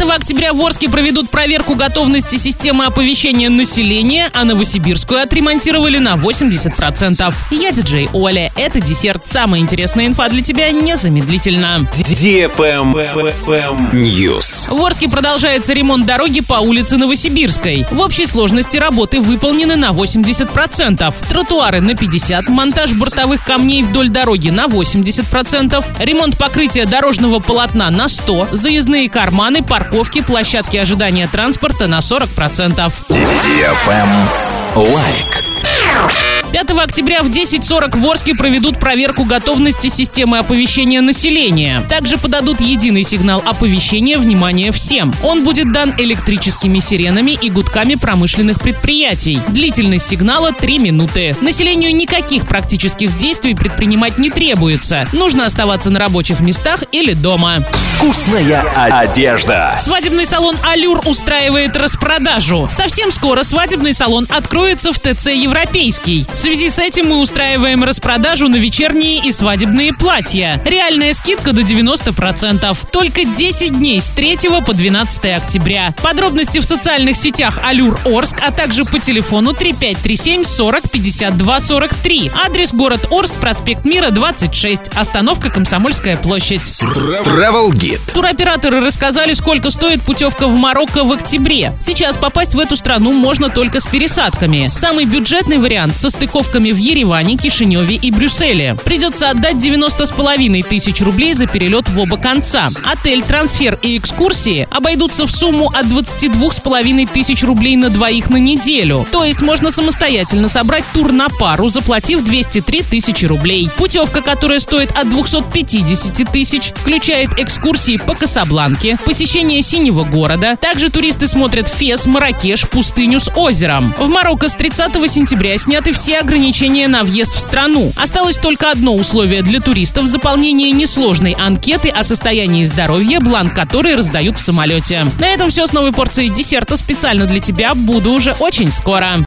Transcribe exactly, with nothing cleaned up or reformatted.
пятого октября в Орске проведут проверку готовности системы оповещения населения, а Новосибирскую отремонтировали на восемьдесят процентов. Я диджей Оля. Это десерт. Самая интересная инфа для тебя незамедлительно. News. В Орске продолжается ремонт дороги по улице Новосибирской. В общей сложности работы выполнены на восемьдесят процентов. Тротуары на пятьдесят процентов, монтаж бортовых камней вдоль дороги на восемьдесят процентов, ремонт покрытия дорожного полотна на сто процентов, заездные карманы, парковки, площадки ожидания транспорта на сорок процентов. Лайк. пятого октября в десять сорок в Орске проведут проверку готовности системы оповещения населения. Также подадут единый сигнал оповещения «Внимание всем». Он будет дан электрическими сиренами и гудками промышленных предприятий. Длительность сигнала три минуты. Населению никаких практических действий предпринимать не требуется. Нужно оставаться на рабочих местах или дома. Вкусная одежда. Свадебный салон «Аллюр» устраивает распродажу. Совсем скоро свадебный салон откроется в ТЦ «Европейский». В связи с этим мы устраиваем распродажу на вечерние и свадебные платья. Реальная скидка до девяносто процентов. Только десять дней с третьего по двенадцатое октября. Подробности в социальных сетях «Аллюр Орск», а также по телефону три пять три семь сорок пятьдесят два сорок три. Адрес: город Орск, проспект Мира, двадцать шесть. Остановка Комсомольская площадь. Travel Guide. Туроператоры рассказали, сколько стоит путевка в Марокко в октябре. Сейчас попасть в эту страну можно только с пересадками. Самый бюджетный вариант со стыковками в Ереване, Кишиневе и Брюсселе. Придется отдать девяносто с половиной тысяч рублей за перелет в оба конца. Отель, трансфер и экскурсии обойдутся в сумму от двадцати двух с половиной тысяч рублей на двоих на неделю. То есть можно самостоятельно собрать тур на пару, заплатив двести три тысячи рублей. Путевка, которая стоит от двухсот пятидесяти тысяч, включает экскурсии по Касабланке, посещение Синего города. Также туристы смотрят Фес, Марракеш, пустыню с озером. В Марокко с тридцатого сентября сняты все ограничения на въезд в страну. Осталось только одно условие для туристов – заполнение несложной анкеты о состоянии здоровья, бланк которой раздают в самолете. На этом все с новой порцией десерта специально для тебя. Буду уже очень скоро.